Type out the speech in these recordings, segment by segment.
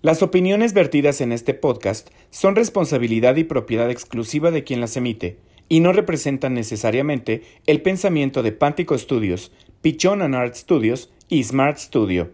Las opiniones vertidas en este podcast son responsabilidad y propiedad exclusiva de quien las emite y no representan necesariamente el pensamiento de Pántico Studios, Pichon and Art Studios y Smart Studio.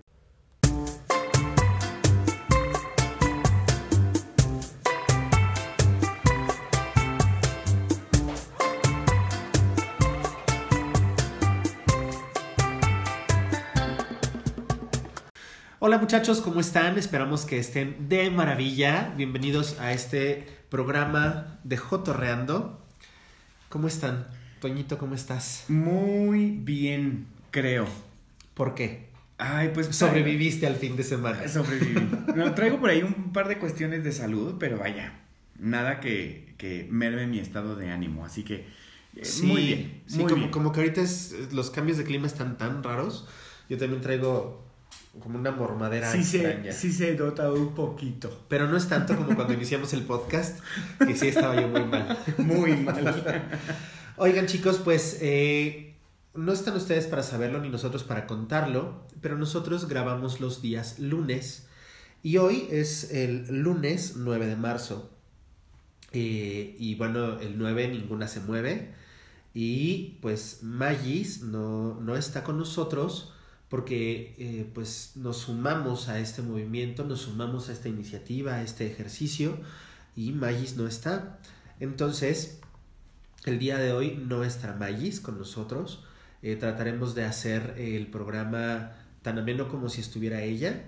Hola muchachos, ¿cómo están? Esperamos que estén de maravilla. Bienvenidos a este programa de Jotorreando. ¿Cómo están? Toñito, ¿cómo estás? Muy bien, creo. ¿Por qué? Ay, pues sobreviviste al fin de semana. Sobreviví. No, traigo por ahí un par de cuestiones de salud, pero vaya, nada que merme mi estado de ánimo, así que sí, muy bien. Sí, muy bien. Como que ahorita los cambios de clima están tan raros. Yo también traigo como una mormadera extraña. Sí se nota un poquito. Pero no es tanto como cuando iniciamos el podcast, que sí estaba yo muy mal. Muy mal. Oigan chicos, pues no están ustedes para saberlo ni nosotros para contarlo, pero nosotros grabamos los días lunes y hoy es el lunes 9 de marzo. Y bueno, el 9 ninguna se mueve y pues Magis no está con nosotros porque pues nos sumamos a este movimiento, nos sumamos a esta iniciativa, a este ejercicio y Magis no está. Entonces, el día de hoy no estará Magis con nosotros. Trataremos de hacer el programa tan ameno como si estuviera ella.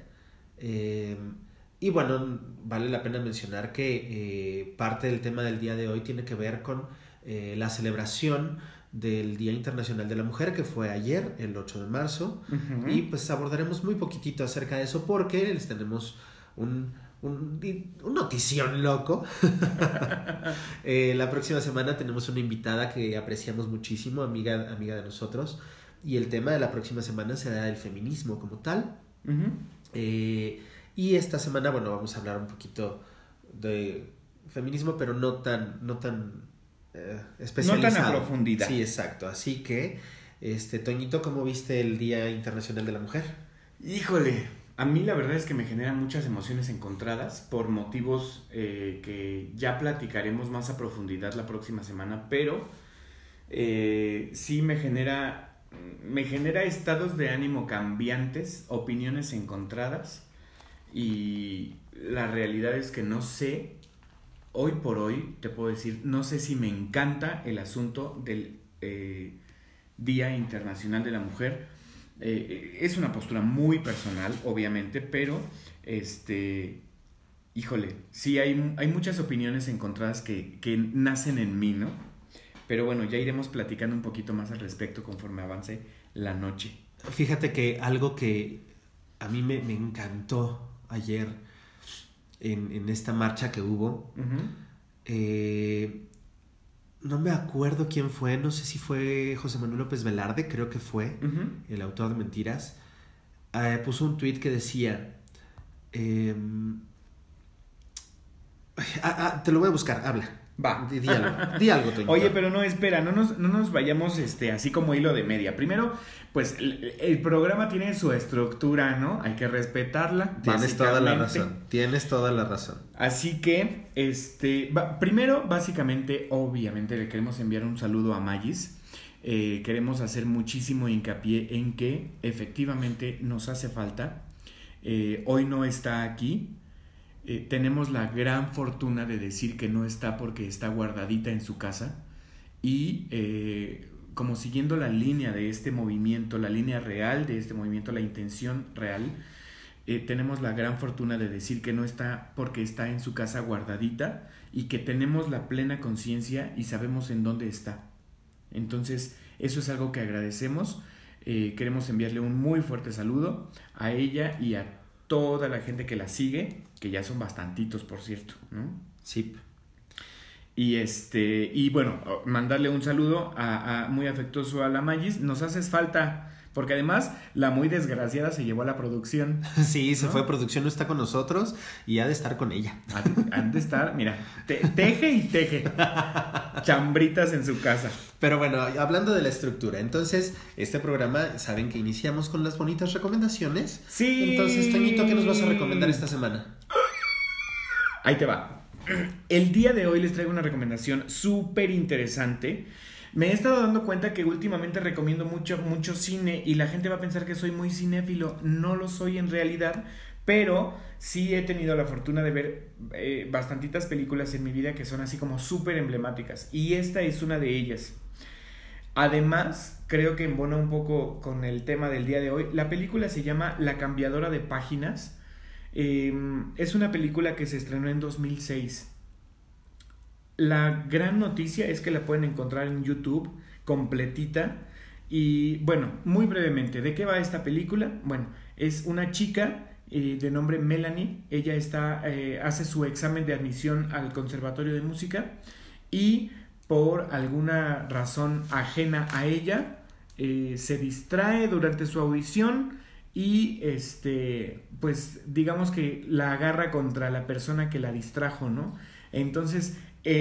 Y bueno, vale la pena mencionar que parte del tema del día de hoy tiene que ver con la celebración del Día Internacional de la Mujer, que fue ayer, el 8 de marzo. Uh-huh. Y pues abordaremos muy poquitito acerca de eso porque les tenemos un notición loco. La próxima semana tenemos una invitada que apreciamos muchísimo, amiga de nosotros, y el tema de la próxima semana será el feminismo como tal. Uh-huh. Y esta semana, bueno, vamos a hablar un poquito de feminismo, pero no tan especializado. No tan a profundidad. Sí, exacto. Así que, Toñito, ¿cómo viste el Día Internacional de la Mujer? Híjole, a mí la verdad es que me generan muchas emociones encontradas por motivos que ya platicaremos más a profundidad la próxima semana, pero sí me genera estados de ánimo cambiantes, opiniones encontradas, y la realidad es que no sé. Hoy por hoy, te puedo decir, no sé si me encanta el asunto del Día Internacional de la Mujer. Es una postura muy personal, obviamente, pero, híjole, sí hay muchas opiniones encontradas que nacen en mí, ¿no? Pero bueno, ya iremos platicando un poquito más al respecto conforme avance la noche. Fíjate que algo que a mí me encantó ayer en esta marcha que hubo, uh-huh. No me acuerdo quién fue, no sé si fue José Manuel López Velarde, creo que fue, uh-huh. El autor de Mentiras, puso un tweet que decía, te lo voy a buscar, habla. Va. Di algo, Toñito. Oye, pero no, espera, no nos vayamos así como hilo de media. Primero, pues el programa tiene su estructura, ¿no? Hay que respetarla. Tienes toda la razón. Así que, primero, básicamente, obviamente, le queremos enviar un saludo a Magis. Queremos hacer muchísimo hincapié en que efectivamente nos hace falta. Hoy no está aquí. Tenemos la gran fortuna de decir que no está porque está guardadita en su casa y como siguiendo la línea de este movimiento, la línea real de este movimiento, la intención real, tenemos la gran fortuna de decir que no está porque está en su casa guardadita y que tenemos la plena conciencia y sabemos en dónde está. Entonces, eso es algo que agradecemos. Queremos enviarle un muy fuerte saludo a ella y a toda la gente que la sigue, que ya son bastantitos, por cierto, ¿no? Sí. Y bueno, mandarle un saludo muy afectuoso a la Magis. Nos haces falta, porque además la muy desgraciada se llevó a la producción. Sí, se fue a producción, no está con nosotros y ha de estar con ella. Han de estar, mira, teje y teje. Chambritas en su casa. Pero bueno, hablando de la estructura, entonces, este programa, saben que iniciamos con las bonitas recomendaciones. Sí. Entonces, Toñito, ¿qué nos vas a recomendar esta semana? Ahí te va. El día de hoy les traigo una recomendación súper interesante. Me he estado dando cuenta que últimamente recomiendo mucho cine y la gente va a pensar que soy muy cinéfilo. No lo soy en realidad, pero sí he tenido la fortuna de ver bastantitas películas en mi vida que son así como súper emblemáticas. Y esta es una de ellas. Además, creo que embona un poco con el tema del día de hoy. La película se llama La cambiadora de páginas. Es una película que se estrenó en 2006. La gran noticia es que la pueden encontrar en YouTube completita. Y bueno, muy brevemente, ¿de qué va esta película? Bueno, es una chica de nombre Melanie. Ella hace su examen de admisión al Conservatorio de Música y por alguna razón ajena a ella se distrae durante su audición y pues digamos que la agarra contra la persona que la distrajo, ¿no? Entonces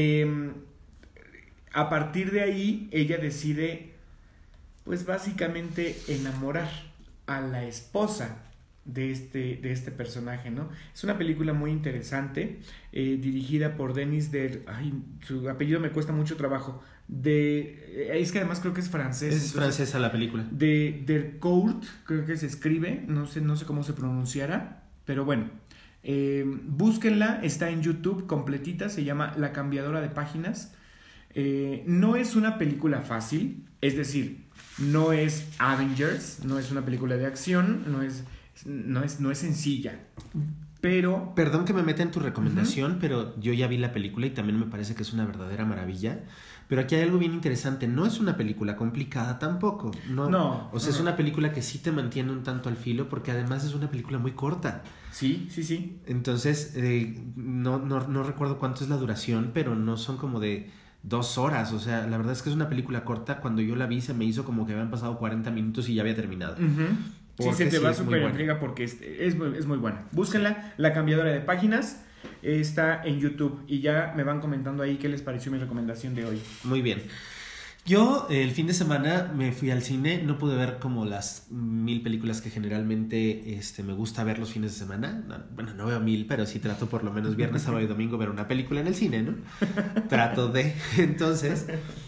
a partir de ahí ella decide pues básicamente enamorar a la esposa de este personaje, ¿no? Es una película muy interesante, dirigida por Denis su apellido me cuesta mucho trabajo, es que además creo que es francés. Es francesa la película. Delcourt, creo que se escribe, no sé cómo se pronunciara, pero bueno, búsquenla, está en YouTube completita, se llama La cambiadora de páginas. No es una película fácil, es decir, no es Avengers, no es una película de acción, no es sencilla, pero... Perdón que me meta en tu recomendación, pero yo ya vi la película y también me parece que es una verdadera maravilla. Pero aquí hay algo bien interesante, no es una película complicada tampoco, ¿no? O sea, es una película que sí te mantiene un tanto al filo porque además es una película muy corta. Sí. Entonces, no recuerdo cuánto es la duración, pero no son como de 2 horas, o sea, la verdad es que es una película corta. Cuando yo la vi se me hizo como que habían pasado 40 minutos y ya había terminado. Sí, se te va súper en friega porque es muy buena. Búsquenla, La cambiadora de páginas, está en YouTube y ya me van comentando ahí qué les pareció mi recomendación de hoy. Muy bien. Yo el fin de semana me fui al cine, no pude ver como las 1000 películas que generalmente me gusta ver los fines de semana. Bueno, no veo 1000, pero sí trato por lo menos viernes, sábado y domingo ver una película en el cine, ¿no? Trato de... Entonces,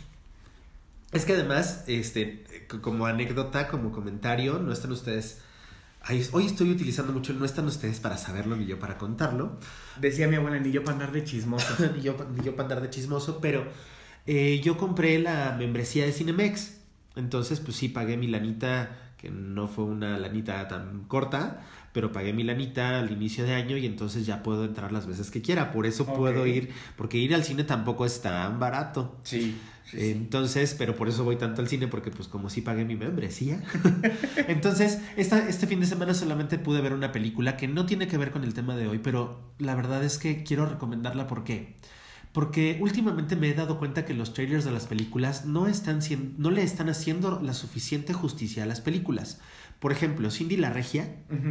es que además, como anécdota, como comentario, no están ustedes... Hoy estoy utilizando mucho el no están ustedes para saberlo ni yo para contarlo. Decía mi abuela, ni yo para andar de chismoso. ni yo para andar de chismoso, pero... yo compré la membresía de Cinemex, entonces pues sí pagué mi lanita, que no fue una lanita tan corta, pero pagué mi lanita al inicio de año y entonces ya puedo entrar las veces que quiera, por eso puedo ir, porque ir al cine tampoco es tan barato. Sí. Entonces, pero por eso voy tanto al cine, porque pues como sí pagué mi membresía. Entonces, este fin de semana solamente pude ver una película que no tiene que ver con el tema de hoy, pero la verdad es que quiero recomendarla. ¿Por qué? Porque últimamente me he dado cuenta que los trailers de las películas no le están haciendo la suficiente justicia a las películas. Por ejemplo, Cindy la Regia,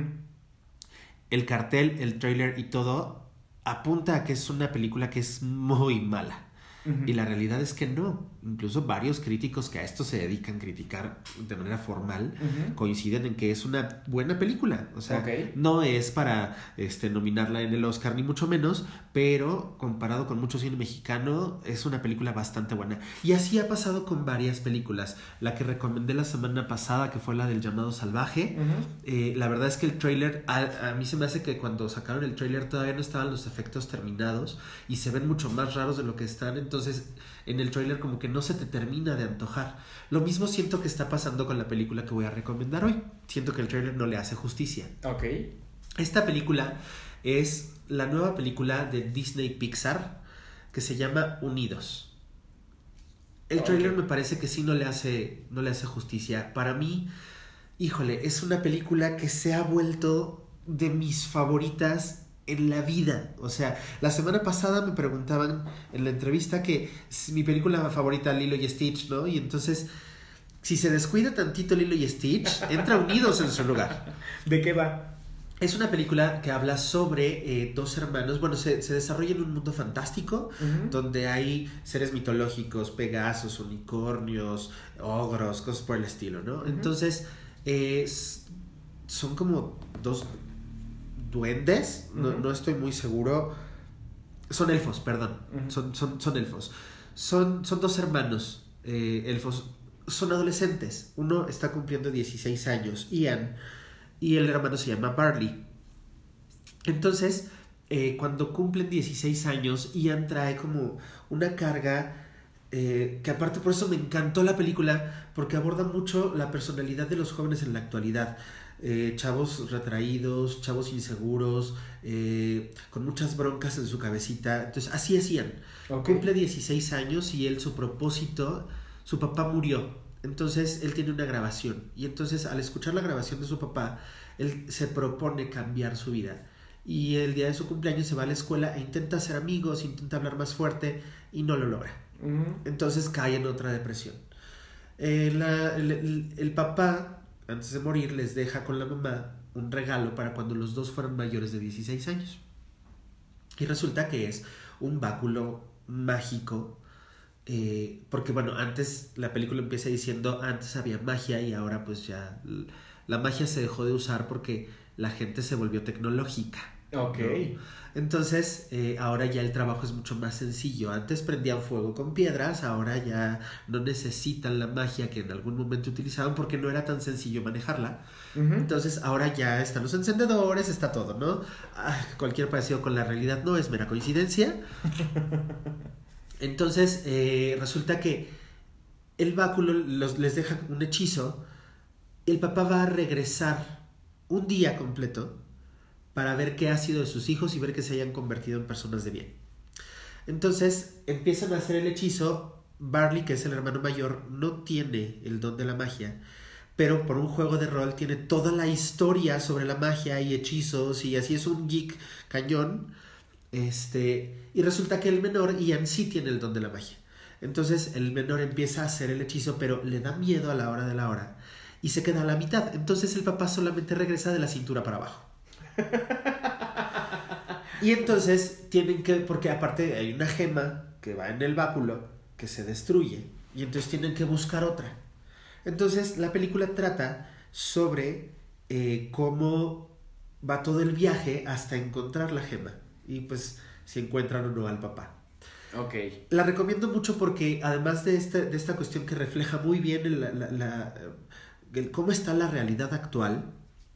el cartel, el trailer y todo apunta a que es una película que es muy mala. Y la realidad es que no. Incluso varios críticos que a esto se dedican a criticar de manera formal coinciden en que es una buena película. O sea, no es para nominarla en el Oscar ni mucho menos, pero comparado con mucho cine mexicano es una película bastante buena. Y así ha pasado con varias películas. La que recomendé la semana pasada, que fue la del Llamado Salvaje, la verdad es que el tráiler, a mí se me hace que cuando sacaron el tráiler todavía no estaban los efectos terminados y se ven mucho más raros de lo que están. Entonces en el tráiler como que no se te termina de antojar. Lo mismo siento que está pasando con la película que voy a recomendar hoy. Siento que el tráiler no le hace justicia. Esta película es la nueva película de Disney Pixar que se llama Unidos. El tráiler me parece que sí no le hace justicia. Para mí, híjole, es una película que se ha vuelto de mis favoritas en la vida. O sea, la semana pasada me preguntaban en la entrevista que es mi película favorita, Lilo y Stitch, ¿no? Y entonces, si se descuida tantito Lilo y Stitch, entra Unidos en su lugar. ¿De qué va? Es una película que habla sobre 2 hermanos. Bueno, se desarrolla en un mundo fantástico donde hay seres mitológicos, pegasos, unicornios, ogros, cosas por el estilo, ¿no? Entonces, son como 2 duendes, no estoy muy seguro. Son elfos, perdón. Son elfos. Son dos hermanos elfos. Son adolescentes. Uno está cumpliendo 16 años, Ian, y el hermano se llama Barley. Entonces, cuando cumplen 16 años, Ian trae como una carga que aparte por eso me encantó la película, porque aborda mucho la personalidad de los jóvenes en la actualidad. Chavos retraídos, chavos inseguros, con muchas broncas en su cabecita. Entonces, así es Ian. Cumple 16 años y él, su propósito, su papá murió. Entonces, él tiene una grabación. Y entonces, al escuchar la grabación de su papá, él se propone cambiar su vida. Y el día de su cumpleaños se va a la escuela e intenta hacer amigos, intenta hablar más fuerte y no lo logra. Entonces cae en otra depresión. El papá, antes de morir, les deja con la mamá un regalo para cuando los dos fueran mayores de 16 años. Y resulta que es un báculo mágico. Porque bueno, antes la película empieza diciendo antes había magia y ahora pues ya la magia se dejó de usar porque la gente se volvió tecnológica. Ok. ¿No? Entonces, ahora ya el trabajo es mucho más sencillo. Antes prendían fuego con piedras, ahora ya no necesitan la magia que en algún momento utilizaban porque no era tan sencillo manejarla. Entonces, ahora ya están los encendedores, está todo, ¿no? Cualquier parecido con la realidad no es mera coincidencia. Entonces, resulta que el báculo les deja un hechizo. El papá va a regresar un día completo para ver qué ha sido de sus hijos y ver que se hayan convertido en personas de bien. Entonces empiezan a hacer el hechizo. Barley, que es el hermano mayor, no tiene el don de la magia, pero por un juego de rol tiene toda la historia sobre la magia y hechizos y así es un geek cañón. Y resulta que el menor, Ian, sí tiene el don de la magia. Entonces el menor empieza a hacer el hechizo, pero le da miedo a la hora de la hora y se queda a la mitad. Entonces el papá solamente regresa de la cintura para abajo. Y entonces tienen que, porque aparte hay una gema que va en el báculo que se destruye y entonces tienen que buscar otra. Entonces la película trata sobre cómo va todo el viaje hasta encontrar la gema y pues si encuentran o no al papá. Okay. La recomiendo mucho porque además de esta cuestión que refleja muy bien el cómo está la realidad actual,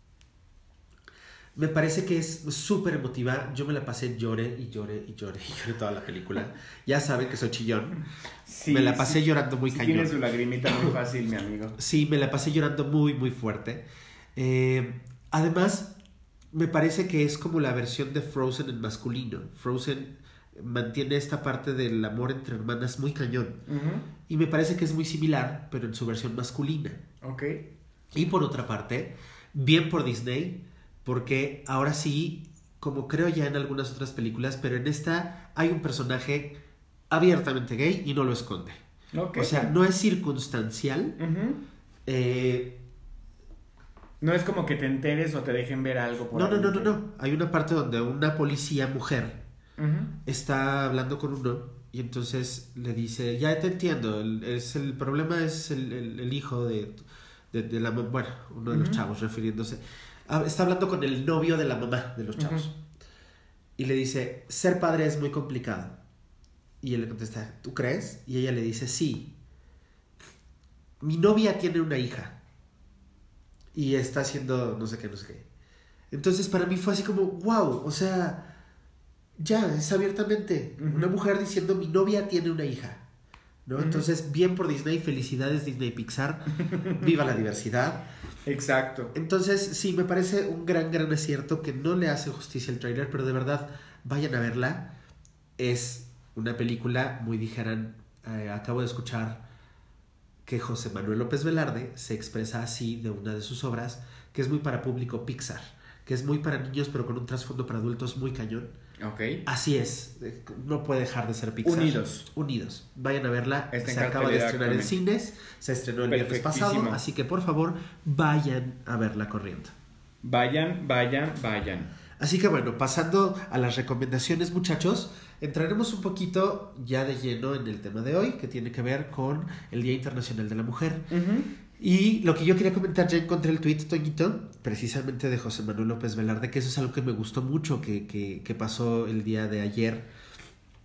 me parece que es súper emotiva. Yo me la pasé lloré toda la película. Ya saben que soy chillón. Sí, me la pasé llorando muy cañón. Tiene su lagrimita muy fácil, mi amigo. Sí, me la pasé llorando muy, muy fuerte. Además, me parece que es como la versión de Frozen en masculino. Frozen mantiene esta parte del amor entre hermanas muy cañón. Y me parece que es muy similar, pero en su versión masculina. Ok. Y por otra parte, bien por Disney, porque ahora sí, como creo ya en algunas otras películas, pero en esta hay un personaje abiertamente gay y no lo esconde. Okay. O sea, no es circunstancial. No es como que te enteres o te dejen ver algo por ahí. No. Hay una parte donde una policía mujer está hablando con uno y entonces le dice, ya te entiendo, el problema es el hijo de la... Bueno, uno de los chavos refiriéndose... Está hablando con el novio de la mamá de los chavos. Y le dice, ser padre es muy complicado. Y él le contesta, ¿tú crees? Y ella le dice, sí. Mi novia tiene una hija. Y está haciendo no sé qué. Entonces para mí fue así como, wow, o sea, ya, es abiertamente. Una mujer diciendo, mi novia tiene una hija. ¿No? Entonces, bien por Disney, felicidades Disney Pixar, viva la diversidad. Exacto. Entonces, sí, me parece un gran acierto que no le hace justicia el tráiler, pero de verdad, vayan a verla. Es una película, muy dijeran, acabo de escuchar que José Manuel López Velarde se expresa así de una de sus obras, que es muy para público Pixar, que es muy para niños, pero con un trasfondo para adultos muy cañón. Okay. Así es, no puede dejar de ser Pixar. Unidos. Vayan a verla. Se acaba de estrenar en cines, se estrenó el viernes pasado, así que por favor vayan a verla corriendo. Vayan. Así que bueno, pasando a las recomendaciones, muchachos, entraremos un poquito ya de lleno en el tema de hoy, que tiene que ver con el Día Internacional de la Mujer. Y lo que yo quería comentar, ya encontré el tuit, Toñito, precisamente de José Manuel López Velarde, que eso es algo que me gustó mucho, que pasó el día de ayer.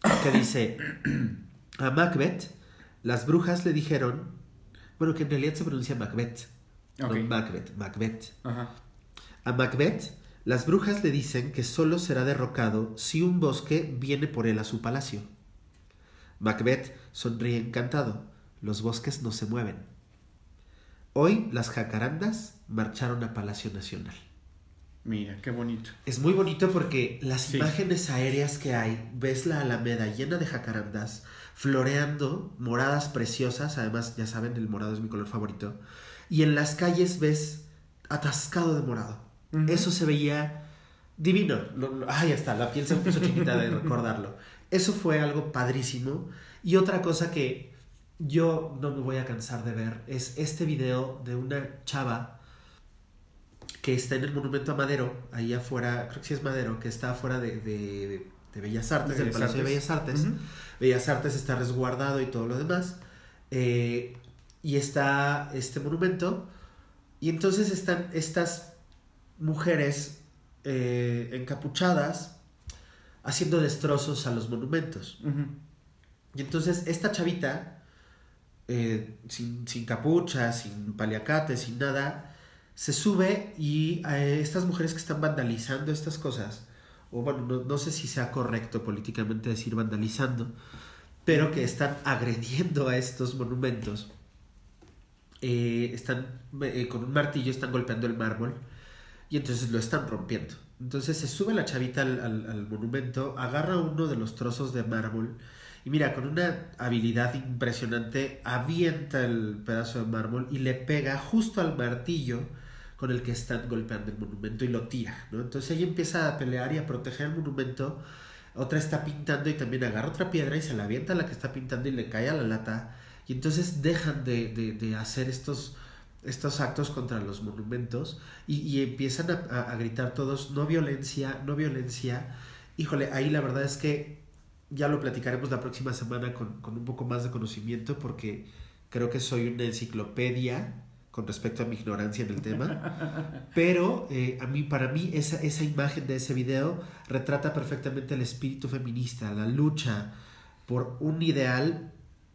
que dice, a Macbeth, las brujas le dijeron, bueno, que en realidad se pronuncia Macbeth, okay. No Macbeth, Macbeth. Ajá. A Macbeth, las brujas le dicen que solo será derrocado si un bosque viene por él a su palacio. Macbeth sonríe encantado, los bosques no se mueven. Hoy las jacarandas marcharon a Palacio Nacional. Mira, qué bonito. Es muy bonito porque las imágenes aéreas que hay, ves la Alameda llena de jacarandas, floreando, moradas preciosas, además ya saben, el morado es mi color favorito, y en las calles ves atascado de morado. Uh-huh. Eso se veía divino. Ay, ya está, la piel se me puso chiquita de recordarlo. Eso fue algo padrísimo. Y otra cosa que yo no me voy a cansar de ver es este video de una chava que está en el Monumento a Madero, ahí afuera, creo que sí es Madero, que está afuera de Bellas Artes, del Palacio de Bellas Artes. Uh-huh. Bellas Artes está resguardado y todo lo demás. Y está este monumento. Y entonces están estas mujeres encapuchadas haciendo destrozos a los monumentos. Uh-huh. Y entonces esta chavita, sin capucha, sin paliacate, sin nada, se sube y estas mujeres que están vandalizando estas cosas, o bueno, no sé si sea correcto políticamente decir vandalizando, pero que están agrediendo a estos monumentos, están con un martillo, están golpeando el mármol y entonces lo están rompiendo. Entonces se sube la chavita al monumento, agarra uno de los trozos de mármol y mira, con una habilidad impresionante avienta el pedazo de mármol y le pega justo al martillo con el que están golpeando el monumento y lo tira, ¿no? Entonces ella empieza a pelear y a proteger el monumento. Otra está pintando y también agarra otra piedra y se la avienta a la que está pintando y le cae a la lata. Y entonces dejan de hacer estos actos contra los monumentos y empiezan a gritar todos, no violencia, no violencia. Híjole, ahí la verdad es que ya lo platicaremos la próxima semana con un poco más de conocimiento, porque creo que soy una enciclopedia con respecto a mi ignorancia en el tema, pero para mí esa imagen de ese video retrata perfectamente el espíritu feminista, la lucha por un ideal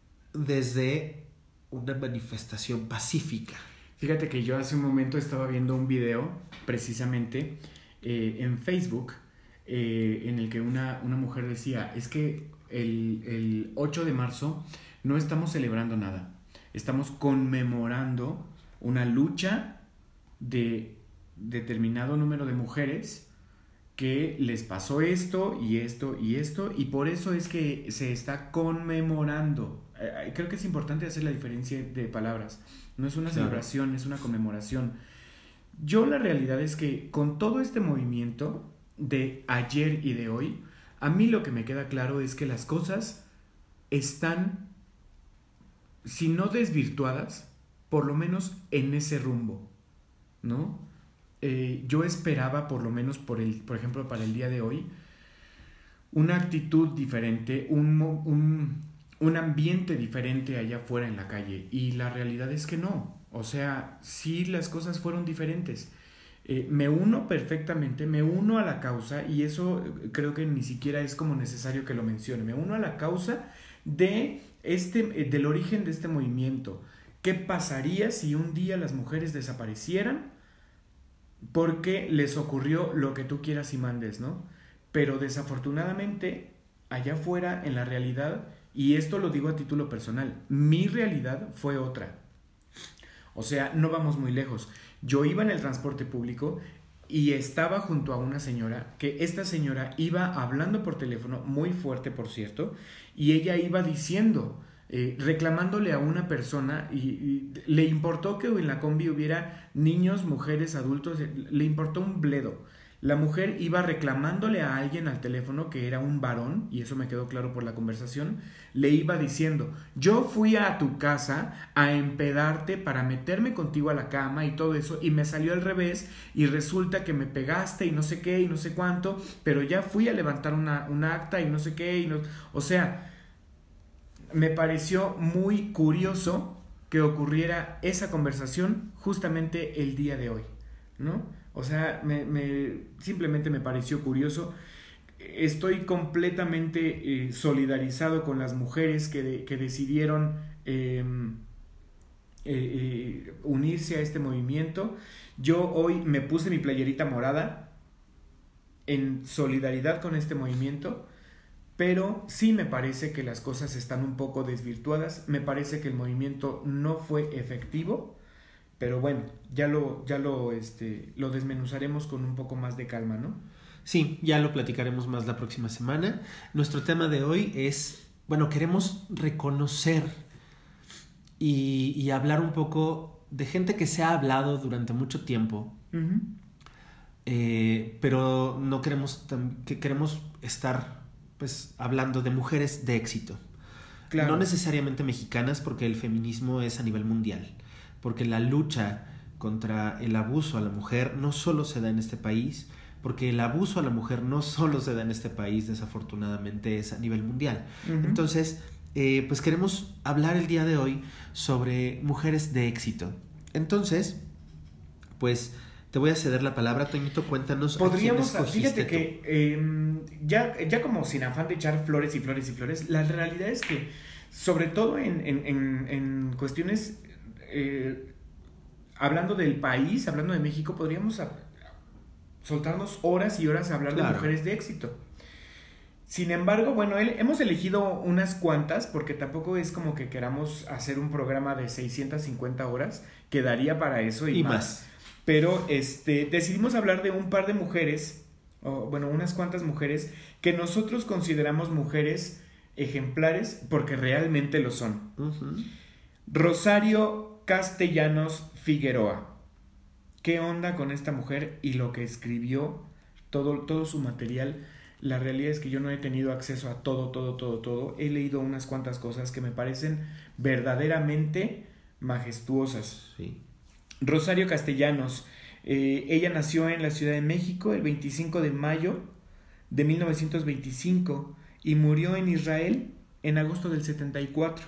desde una manifestación pacífica. Fíjate que yo hace un momento estaba viendo un video precisamente en Facebook en el que una mujer decía, es que el 8 de marzo no estamos celebrando nada, estamos conmemorando una lucha de determinado número de mujeres que les pasó esto y esto y esto, y por eso es que se está conmemorando. Creo que es importante hacer la diferencia de palabras. No es una celebración, es una conmemoración. Yo la realidad es que con todo este movimiento de ayer y de hoy, a mí lo que me queda claro es que las cosas están, si no desvirtuadas, por lo menos en ese rumbo, ¿no? Yo esperaba, por lo menos por ejemplo, para el día de hoy, una actitud diferente, un ambiente diferente allá afuera en la calle, y la realidad es que no. O sea, sí, las cosas fueron diferentes. Me uno perfectamente, me uno a la causa, y eso creo que ni siquiera es como necesario que lo mencione. Me uno a la causa del origen de este movimiento. ¿Qué pasaría si un día las mujeres desaparecieran porque les ocurrió lo que tú quieras y mandes, ¿no? Pero desafortunadamente, allá afuera en la realidad, y esto lo digo a título personal, mi realidad fue otra. O sea, no vamos muy lejos. Yo iba en el transporte público y estaba junto a una señora, que esta señora iba hablando por teléfono, muy fuerte por cierto, y ella iba diciendo, reclamándole a una persona, y le importó que en la combi hubiera niños, mujeres, adultos, le importó un bledo. La mujer iba reclamándole a alguien al teléfono, que era un varón, y eso me quedó claro por la conversación. Le iba diciendo, yo fui a tu casa a empedarte para meterme contigo a la cama y todo eso, y me salió al revés, y resulta que me pegaste y no sé qué y no sé cuánto, pero ya fui a levantar una acta y no sé qué, o sea, me pareció muy curioso que ocurriera esa conversación justamente el día de hoy, ¿no? O sea, simplemente me pareció curioso. estoy completamente solidarizado con las mujeres que decidieron unirse a este movimiento. Yo hoy me puse mi playerita morada en solidaridad con este movimiento, pero sí me parece que las cosas están un poco desvirtuadas. Me parece que el movimiento no fue efectivo, pero bueno, lo desmenuzaremos con un poco más de calma, ¿no? Sí, ya lo platicaremos más la próxima semana. Nuestro tema de hoy es, bueno, queremos reconocer y hablar un poco de gente que se ha hablado durante mucho tiempo, Uh-huh. pero no queremos, queremos estar pues hablando de mujeres de éxito. Claro. No necesariamente mexicanas, porque el feminismo es a nivel mundial, porque la lucha contra el abuso a la mujer no solo se da en este país, porque el abuso a la mujer no solo se da en este país, desafortunadamente es a nivel mundial. Uh-huh. Entonces, pues queremos hablar el día de hoy sobre mujeres de éxito. Entonces, pues te voy a ceder la palabra, Toñito, cuéntanos. Podríamos, a quién fíjate escogiste que ya como sin afán de echar flores y flores y flores, la realidad es que, sobre todo en cuestiones, hablando del país, hablando de México, podríamos soltarnos horas y horas a hablar de mujeres de éxito. Sin embargo, bueno, hemos elegido unas cuantas, porque tampoco es como que queramos hacer un programa de 650 horas, que daría para eso y más. Pero decidimos hablar de un par de mujeres, unas cuantas mujeres, que nosotros consideramos mujeres ejemplares, porque realmente lo son. Uh-huh. Rosario Castellanos Figueroa. ¿Qué onda con esta mujer y lo que escribió, todo su material? La realidad es que yo no he tenido acceso a todo. He leído unas cuantas cosas que me parecen verdaderamente majestuosas. Sí. Rosario Castellanos, ella nació en la Ciudad de México el 25 de mayo de 1925 y murió en Israel en agosto del 74.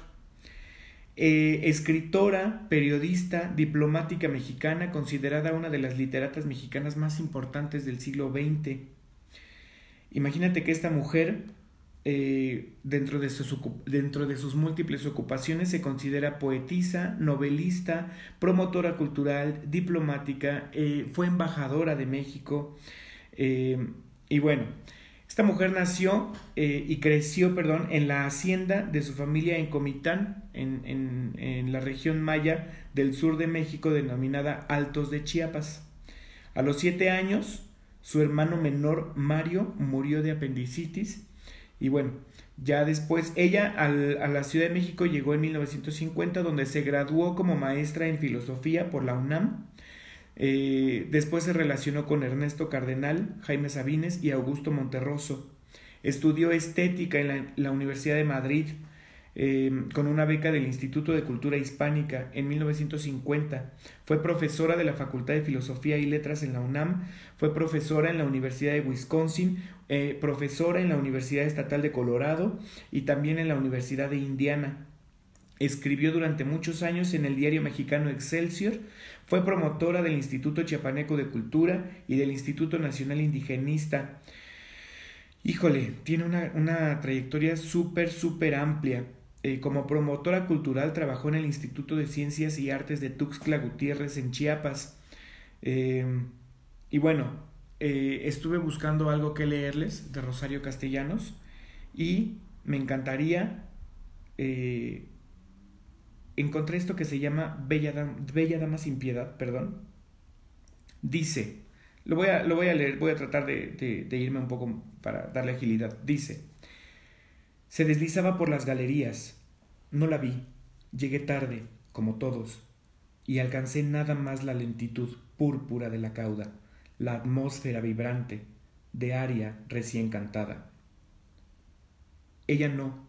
Escritora, periodista, diplomática mexicana, considerada una de las literatas mexicanas más importantes del siglo XX. Imagínate que esta mujer, dentro de sus múltiples ocupaciones, se considera poetisa, novelista, promotora cultural, diplomática, fue embajadora de México, y bueno, esta mujer nació y creció, en la hacienda de su familia en Comitán, en la región maya del sur de México, denominada Altos de Chiapas. A los 7 años, su hermano menor, Mario, murió de apendicitis. Y bueno, ya después ella a la Ciudad de México llegó en 1950, donde se graduó como maestra en filosofía por la UNAM. Después se relacionó con Ernesto Cardenal, Jaime Sabines y Augusto Monterroso. Estudió estética en la Universidad de Madrid, con una beca del Instituto de Cultura Hispánica en 1950. Fue profesora de la Facultad de Filosofía y Letras en la UNAM, fue profesora en la Universidad de Wisconsin, profesora en la Universidad Estatal de Colorado y también en la Universidad de Indiana. Escribió durante muchos años en el diario mexicano Excelsior, fue promotora del Instituto Chiapaneco de Cultura y del Instituto Nacional Indigenista. Híjole, tiene una trayectoria súper amplia. Como promotora cultural trabajó en el Instituto de Ciencias y Artes de Tuxtla Gutiérrez en Chiapas. Y bueno, estuve buscando algo que leerles de Rosario Castellanos y me encantaría... encontré esto que se llama Bella Dama sin Piedad, Dice, lo voy a leer, voy a tratar de irme un poco para darle agilidad. Dice: se deslizaba por las galerías, no la vi, llegué tarde, como todos, y alcancé nada más la lentitud púrpura de la cauda, la atmósfera vibrante de aria recién cantada. Ella no,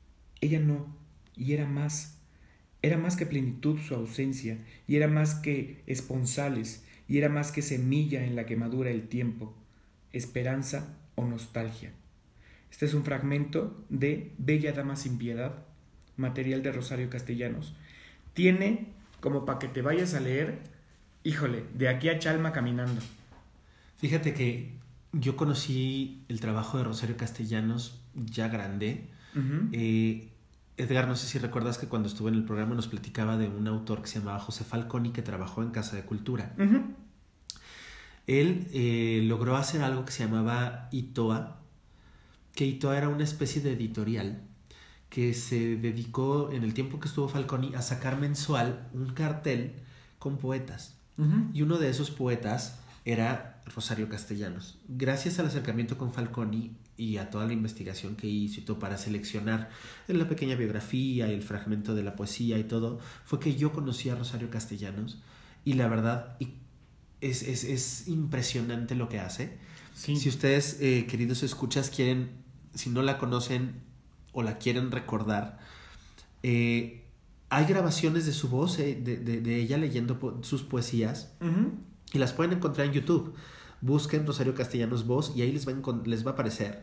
y era más que plenitud su ausencia, y era más que esponsales, y era más que semilla en la que madura el tiempo, esperanza o nostalgia. Este es un fragmento de Bella Dama sin Piedad, material de Rosario Castellanos. Tiene como para que te vayas a leer, híjole, de aquí a Chalma caminando. Fíjate que yo conocí el trabajo de Rosario Castellanos ya grande. Edgar, no sé si recuerdas que cuando estuve en el programa nos platicaba de un autor que se llamaba José Falconi, que trabajó en Casa de Cultura. Él logró hacer algo que se llamaba ITOA, que ITOA era una especie de editorial que se dedicó en el tiempo que estuvo Falconi a sacar mensual un cartel con poetas. Y uno de esos poetas era Rosario Castellanos. Gracias al acercamiento con Falconi y a toda la investigación que hizo y todo para seleccionar en la pequeña biografía y el fragmento de la poesía y todo, fue que yo conocí a Rosario Castellanos, y la verdad es impresionante lo que hace. Sí. Si ustedes, queridos escuchas, quieren, si no la conocen o la quieren recordar, hay grabaciones de su voz, de ella leyendo sus poesías, y las pueden encontrar en YouTube. Busquen Rosario Castellanos voz y ahí les va a aparecer.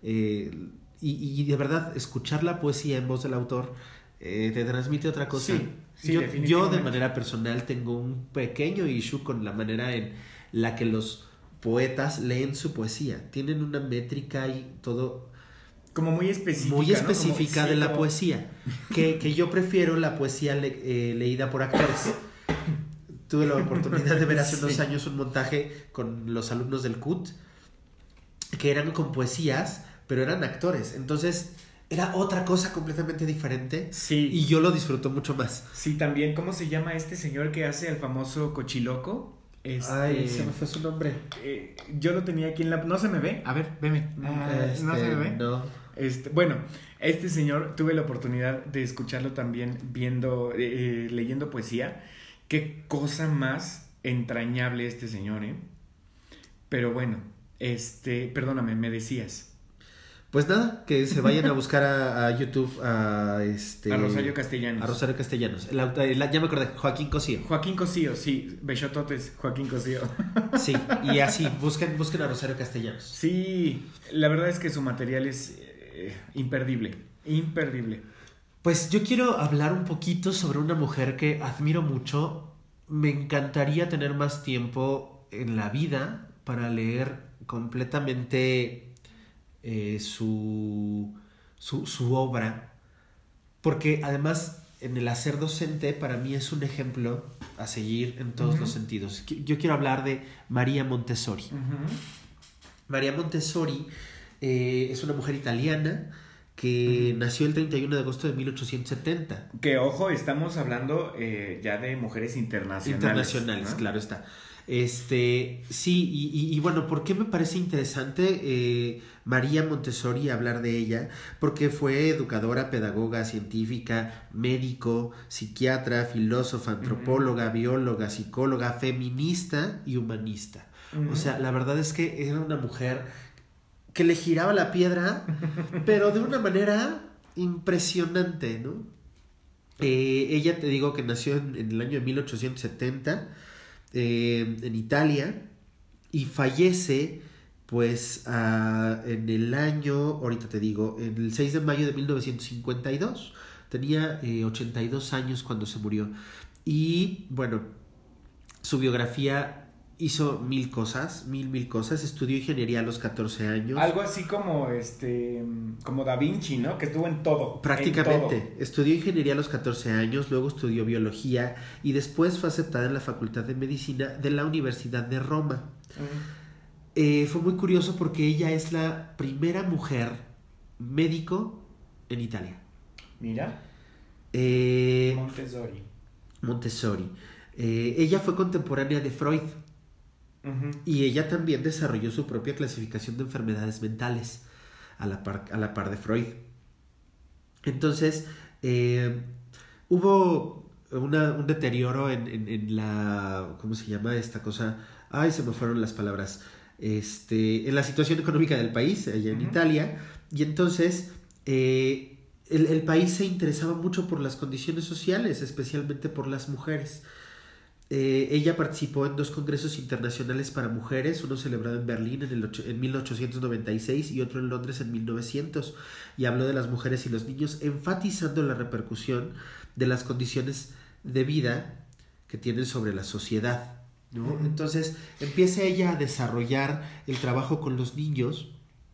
Y de verdad, escuchar la poesía en voz del autor te transmite otra cosa. Sí, yo de manera personal tengo un pequeño issue con la manera en la que los poetas leen su poesía. Tienen una métrica y todo como muy específica, muy específica, ¿no? Como, de la poesía, que yo prefiero la poesía leída por actores. Tuve la oportunidad de ver hace unos años un montaje con los alumnos del CUT que eran con poesías, pero eran actores. Entonces era otra cosa completamente diferente. Sí. Y yo lo disfruto mucho más. Sí, también. ¿Cómo se llama este señor que hace el famoso Cochiloco? Ay, se me fue su nombre. Yo lo tenía aquí en la... ¿No se me ve? A ver, veme. ¿No se me ve? No. Bueno, este señor tuve la oportunidad de escucharlo también leyendo poesía. Qué cosa más entrañable este señor, ¿eh? Pero bueno, perdóname, me decías. Pues nada, que se vayan a buscar a YouTube a Rosario Castellanos. A Rosario Castellanos. Ya me acordé, Joaquín Cosío. Joaquín Cosío, sí, Bechototes, Joaquín Cosío. Sí, y así, busquen a Rosario Castellanos. Sí, la verdad es que su material es imperdible. Pues yo quiero hablar un poquito sobre una mujer que admiro mucho. Me encantaría tener más tiempo en la vida para leer completamente su obra, porque además en el hacer docente para mí es un ejemplo a seguir en todos los sentidos. Yo quiero hablar de María Montessori. María Montessori es una mujer italiana que nació el 31 de agosto de 1870. Que ojo, estamos hablando ya de mujeres internacionales, ¿no? Claro está. Sí, y bueno, ¿por qué me parece interesante María Montessori hablar de ella? Porque fue educadora, pedagoga, científica, médico, psiquiatra, filósofa, antropóloga, bióloga, psicóloga, feminista y humanista. O sea, la verdad es que era una mujer que le giraba la piedra, pero de una manera impresionante, ¿no? Ella, te digo que nació en el año de 1870 en Italia, y fallece pues en el año, ahorita te digo, en el 6 de mayo de 1952. Tenía 82 años cuando se murió. Y bueno, su biografía: hizo mil cosas. Estudió ingeniería a los 14 años. Algo así como como Da Vinci, ¿no? Que estuvo en todo. Prácticamente. En todo. Estudió ingeniería a los 14 años, luego estudió biología y después fue aceptada en la Facultad de Medicina de la Universidad de Roma. Fue muy curioso porque ella es la primera mujer médico en Italia. Mira. Montessori. Ella fue contemporánea de Freud. Y ella también desarrolló su propia clasificación de enfermedades mentales a la par de Freud. Entonces hubo un deterioro en la... ¿cómo se llama esta cosa? Ay, se me fueron las palabras. En la situación económica del país, allá en Italia. Y entonces el país se interesaba mucho por las condiciones sociales, especialmente por las mujeres. Ella participó en 2 congresos internacionales para mujeres, uno celebrado en Berlín en 1896 y otro en Londres en 1900, y habló de las mujeres y los niños, enfatizando la repercusión de las condiciones de vida que tienen sobre la sociedad. ¿no? Entonces empieza ella a desarrollar el trabajo con los niños.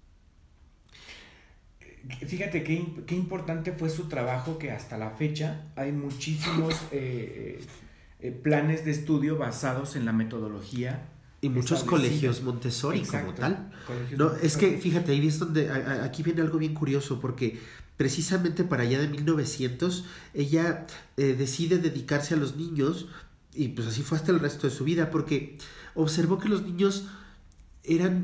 Fíjate qué importante fue su trabajo, que hasta la fecha hay muchísimos planes de estudio basados en la metodología. Y muchos colegios Montessori. Exacto, como tal. No, Montessori. Es que fíjate, ahí es donde aquí viene algo bien curioso, porque precisamente para allá de 1900 ella decide dedicarse a los niños, y pues así fue hasta el resto de su vida, porque observó que los niños eran...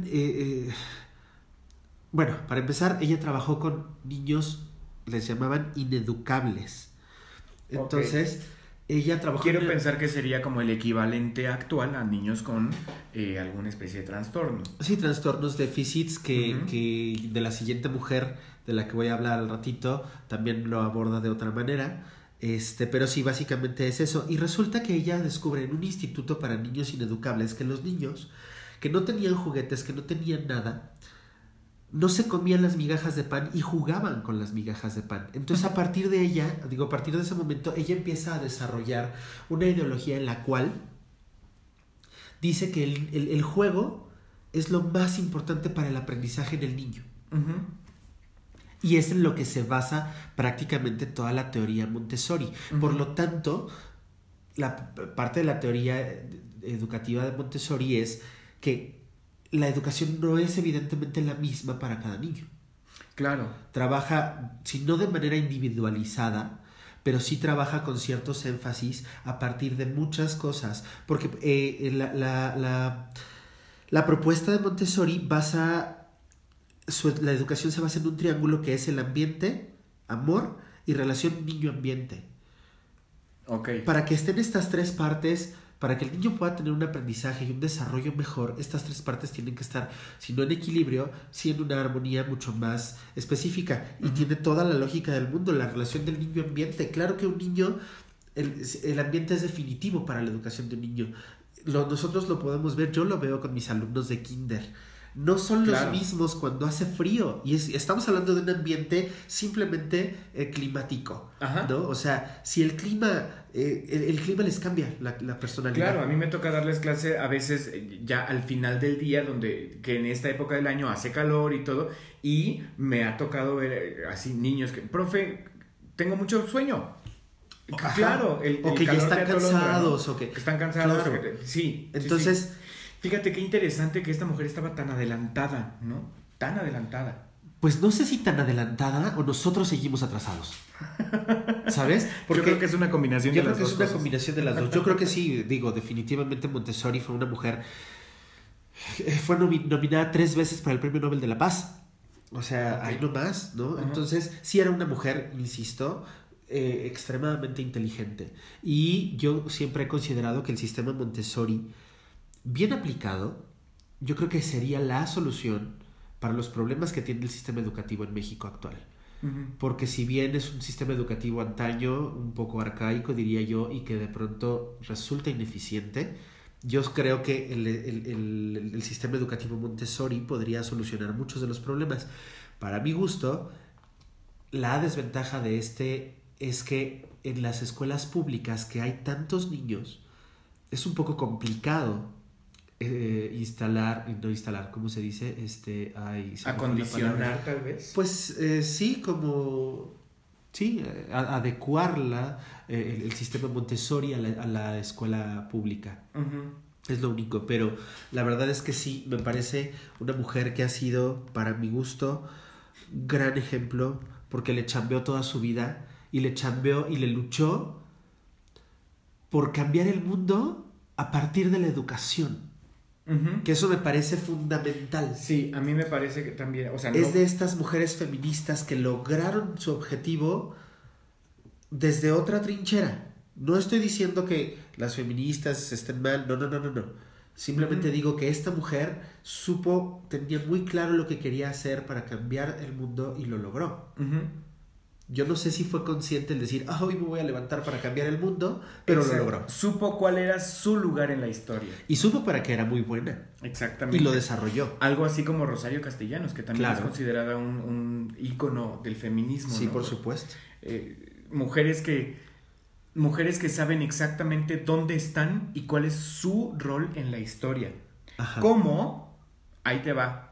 bueno, para empezar, ella trabajó con niños, les llamaban ineducables. Entonces, ella trabajó... Quiero pensar que sería como el equivalente actual a niños con alguna especie de trastorno. Sí, trastornos, déficits, que de la siguiente mujer, de la que voy a hablar al ratito, también lo aborda de otra manera. Pero sí, básicamente es eso. Y resulta que ella descubre en un instituto para niños ineducables que los niños que no tenían juguetes, que no tenían nada, no se comían las migajas de pan y jugaban con las migajas de pan. Entonces a partir de ese momento, ella empieza a desarrollar una ideología en la cual dice que el juego es lo más importante para el aprendizaje del niño. Uh-huh. Y es en lo que se basa prácticamente toda la teoría Montessori. Uh-huh. Por lo tanto, la parte de la teoría educativa de Montessori es que la educación no es evidentemente la misma para cada niño. Claro. Trabaja, si no de manera individualizada, pero sí trabaja con ciertos énfasis a partir de muchas cosas. Porque la propuesta de Montessori la educación se basa en un triángulo que es el ambiente, amor y relación niño-ambiente. Okay. Para que estén estas tres partes... Para que el niño pueda tener un aprendizaje y un desarrollo mejor, estas tres partes tienen que estar, si no en equilibrio, sí en una armonía mucho más específica. Y tiene toda la lógica del mundo, la relación del niño-ambiente. Claro que un niño, el ambiente es definitivo para la educación de un niño. Nosotros lo podemos ver, yo lo veo con mis alumnos de kinder. No son los mismos cuando hace frío. Y estamos hablando de un ambiente simplemente climático. Ajá. ¿No? O sea, si el clima les cambia la personalidad. Claro, a mí me toca darles clase a veces ya al final del día, que en esta época del año hace calor y todo, y me ha tocado ver así niños que, profe, tengo mucho sueño. Ajá. Claro, o que ya están cansados, ¿no? O que están cansados. Claro. Sí. Entonces... Sí. Fíjate qué interesante que esta mujer estaba tan adelantada, ¿no? Tan adelantada. Pues no sé si tan adelantada o nosotros seguimos atrasados. ¿Sabes? Porque yo creo que es una combinación de las dos. Yo creo que es una combinación de las dos. Yo creo que sí, definitivamente Montessori fue una mujer... Fue nominada 3 veces para el Premio Nobel de la Paz. O sea, ahí no más, ¿no? Uh-huh. Entonces, sí era una mujer, insisto, extremadamente inteligente. Y yo siempre he considerado que el sistema Montessori, bien aplicado, yo creo que sería la solución para los problemas que tiene el sistema educativo en México actual. Uh-huh. Porque si bien es un sistema educativo antaño, un poco arcaico, diría yo, y que de pronto resulta ineficiente, yo creo que el sistema educativo Montessori podría solucionar muchos de los problemas. Para mi gusto, la desventaja de es que en las escuelas públicas, que hay tantos niños, es un poco complicado ¿cómo se dice? Acondicionar, tal vez. Pues sí, adecuarla, el sistema Montessori a la escuela pública. Uh-huh. Es lo único, pero la verdad es que sí, me parece una mujer que ha sido, para mi gusto, gran ejemplo, porque le chambeó toda su vida y le luchó por cambiar el mundo a partir de la educación. Uh-huh. Que eso me parece fundamental. Sí, a mí me parece que también, o sea, es de estas mujeres feministas que lograron su objetivo desde otra trinchera. No estoy diciendo que las feministas estén mal, no. Simplemente digo que esta mujer tenía muy claro lo que quería hacer para cambiar el mundo y lo logró. Uh-huh. Yo no sé si fue consciente el decir, hoy me voy a levantar para cambiar el mundo, pero lo logró. Supo cuál era su lugar en la historia. Y supo para qué era muy buena. Exactamente. Y lo desarrolló. Algo así como Rosario Castellanos, que también es considerada un ícono del feminismo. Sí, ¿no? Por supuesto. Mujeres que mujeres que saben exactamente dónde están y cuál es su rol en la historia. Ajá. Como, ahí te va,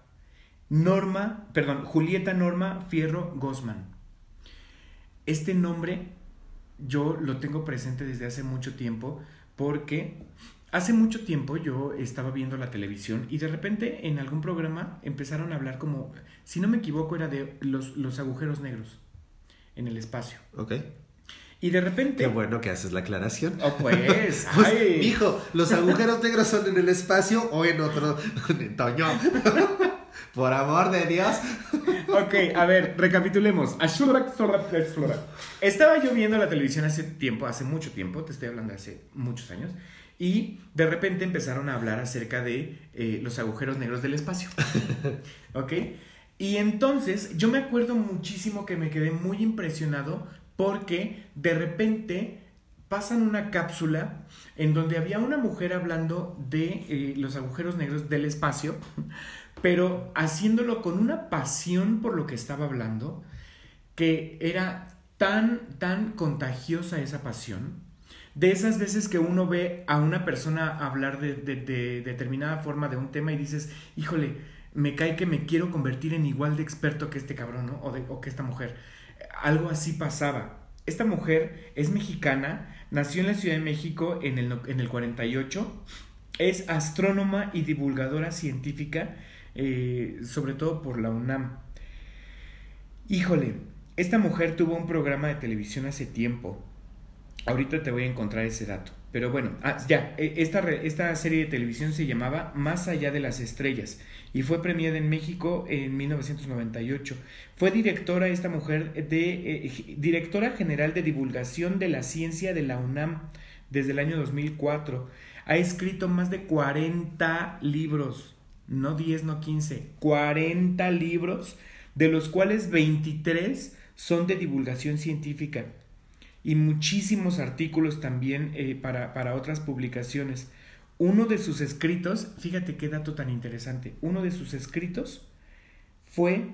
Julieta Norma Fierro Guzmán. Este nombre yo lo tengo presente desde hace mucho tiempo porque hace mucho tiempo yo estaba viendo la televisión y de repente en algún programa empezaron a hablar como, si no me equivoco, era de los agujeros negros en el espacio. Ok. Y de repente... Qué bueno que haces la aclaración. Oh, pues, Pues, ay. mijo, ¿los agujeros negros son en el espacio o en otro? Toño. Por amor de Dios. Ok, a ver, recapitulemos. Estaba yo viendo la televisión hace mucho tiempo, te estoy hablando de hace muchos años, y de repente empezaron a hablar acerca de los agujeros negros del espacio. Ok, y entonces yo me acuerdo muchísimo que me quedé muy impresionado porque de repente pasan una cápsula en donde había una mujer hablando de los agujeros negros del espacio, pero haciéndolo con una pasión por lo que estaba hablando, que era tan contagiosa esa pasión, de esas veces que uno ve a una persona hablar de determinada forma de un tema y dices, híjole, me cae que me quiero convertir en igual de experto que este cabrón, ¿no? O que esta mujer. Algo así pasaba. Esta mujer es mexicana, nació en la Ciudad de México en el 48, es astrónoma y divulgadora científica, sobre todo por la UNAM. Híjole, esta mujer tuvo un programa de televisión hace tiempo. Ahorita te voy a encontrar ese dato. Pero bueno, esta serie de televisión se llamaba Más allá de las estrellas y fue premiada en México en 1998. Fue directora esta mujer directora general de divulgación de la ciencia de la UNAM desde el año 2004. Ha escrito más de 40 libros, no 10, no 15, 40 libros, de los cuales 23 son de divulgación científica. Y muchísimos artículos también para otras publicaciones. Uno de sus escritos, fíjate qué dato tan interesante, uno de sus escritos fue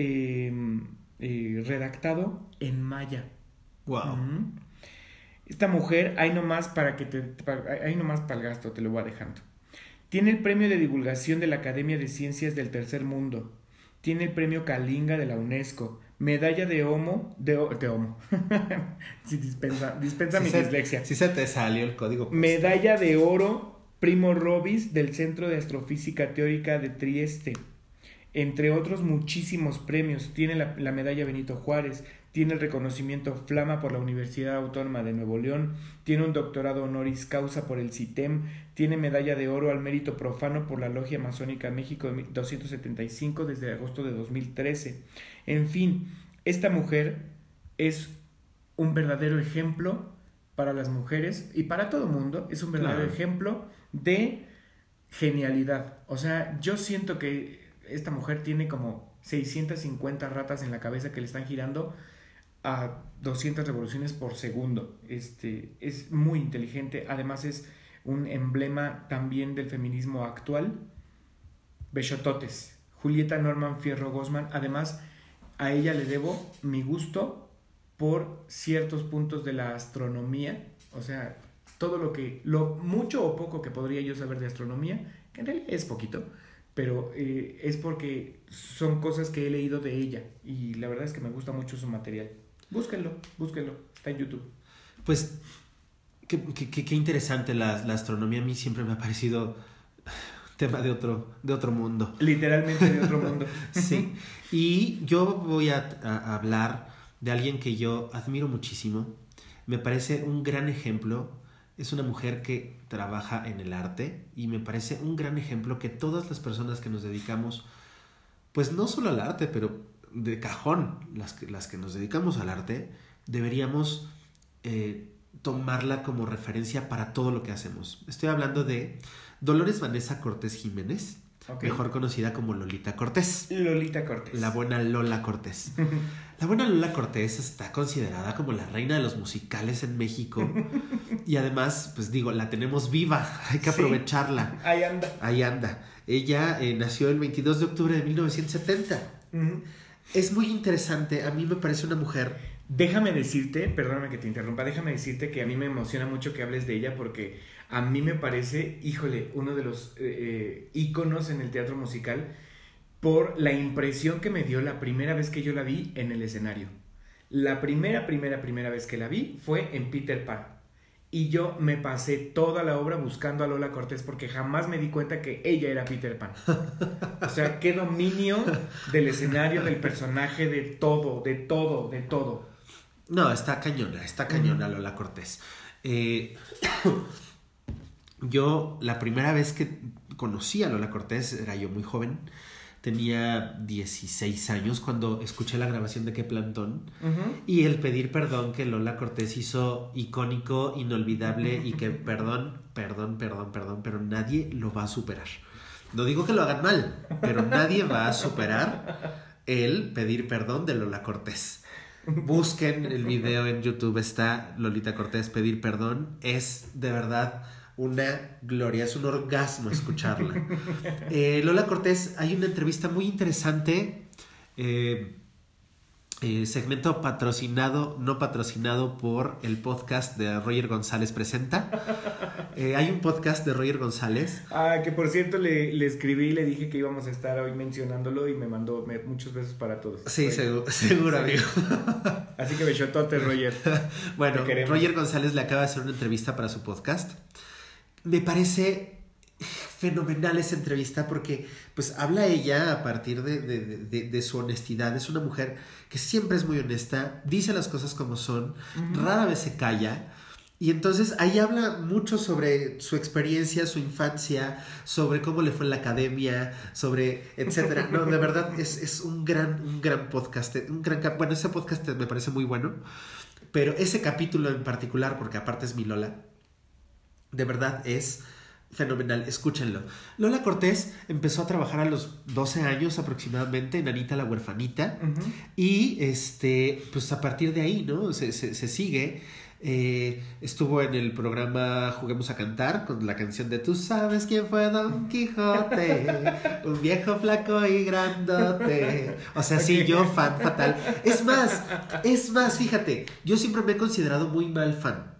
redactado en maya. Wow. Esta mujer, ahí nomás para el gasto, te lo voy dejando. Tiene el premio de divulgación de la Academia de Ciencias del Tercer Mundo. Tiene el premio Kalinga de la UNESCO. Medalla de Homo. Sí, dispensa mi dislexia. Sí se te salió el código postal. Medalla de Oro Primo Robis del Centro de Astrofísica Teórica de Trieste. Entre otros muchísimos premios. Tiene la medalla Benito Juárez. Tiene el reconocimiento Flama por la Universidad Autónoma de Nuevo León. Tiene un doctorado honoris causa por el CITEM. Tiene medalla de oro al mérito profano por la Logia Masónica México de 275 desde agosto de 2013. En fin, esta mujer es un verdadero ejemplo para las mujeres y para todo mundo. Es un verdadero ejemplo de genialidad. O sea, yo siento que esta mujer tiene como 650 ratas en la cabeza que le están girando a 200 revoluciones por segundo. Es muy inteligente, además es un emblema también del feminismo actual. Besototes. Julieta Norman Fierro Guzmán. Además, a ella le debo mi gusto por ciertos puntos de la astronomía. O sea, todo lo mucho o poco que podría yo saber de astronomía, que en realidad es poquito, pero es porque son cosas que he leído de ella y la verdad es que me gusta mucho su material. Búsquenlo, está en YouTube. Pues, qué interesante la astronomía. A mí siempre me ha parecido tema de otro mundo. Literalmente de otro mundo. Sí, y yo voy a hablar de alguien que yo admiro muchísimo. Me parece un gran ejemplo. Es una mujer que trabaja en el arte y me parece un gran ejemplo que todas las personas que nos dedicamos, pues no solo al arte, pero de cajón, las que nos dedicamos al arte, deberíamos tomarla como referencia para todo lo que hacemos. Estoy hablando de Dolores Vanessa Cortés Jiménez, mejor conocida como Lolita Cortés. Lolita Cortés. La buena Lola Cortés. La buena Lola Cortés está considerada como la reina de los musicales en México y además, pues digo, la tenemos viva, hay que aprovecharla. Ahí anda. Ella nació el 22 de octubre de 1970. Uh-huh. Es muy interesante, a mí me parece una mujer... Déjame decirte, perdóname que te interrumpa, déjame decirte que a mí me emociona mucho que hables de ella porque a mí me parece, híjole, uno de los íconos en el teatro musical por la impresión que me dio la primera vez que yo la vi en el escenario. La primera vez que la vi fue en Peter Pan. Y yo me pasé toda la obra buscando a Lola Cortés porque jamás me di cuenta que ella era Peter Pan. O sea, qué dominio del escenario, del personaje, de todo. No, está cañona Lola Cortés. Yo, la primera vez que conocí a Lola Cortés, era yo muy joven, tenía 16 años cuando escuché la grabación de Qué Plantón, y el pedir perdón que Lola Cortés hizo icónico, inolvidable, y que perdón, pero nadie lo va a superar. No digo que lo hagan mal, pero nadie va a superar el pedir perdón de Lola Cortés. Busquen el video en YouTube, está Lolita Cortés pedir perdón. Es de verdad una gloria, es un orgasmo escucharla. Lola Cortés, hay una entrevista muy interesante, segmento patrocinado, no patrocinado por el podcast de Roger González Presenta. Hay un podcast de Roger González. Que por cierto le escribí y le dije que íbamos a estar hoy mencionándolo y me mandó muchos besos para todos. Sí, seguro, amigo. Así que besotote, Roger. Bueno, Roger González le acaba de hacer una entrevista para su podcast. Me parece fenomenal esa entrevista porque pues habla ella a partir de su honestidad. Es una mujer que siempre es muy honesta, dice las cosas como son, rara vez se calla, y entonces ahí habla mucho sobre su experiencia, su infancia, sobre cómo le fue en la academia, sobre etcétera. No, de verdad es un gran podcast, bueno, ese podcast me parece muy bueno, pero ese capítulo en particular, porque aparte es mi Lola, de verdad es fenomenal, escúchenlo. Lola Cortés empezó a trabajar a los 12 años aproximadamente en Anita la Huerfanita, y pues a partir de ahí, ¿no? Se sigue. Estuvo en el programa Juguemos a Cantar con la canción de Tú sabes quién fue Don Quijote, un viejo flaco y grandote. O sea, sí, yo fan fatal. Es más, fíjate, yo siempre me he considerado muy mal fan.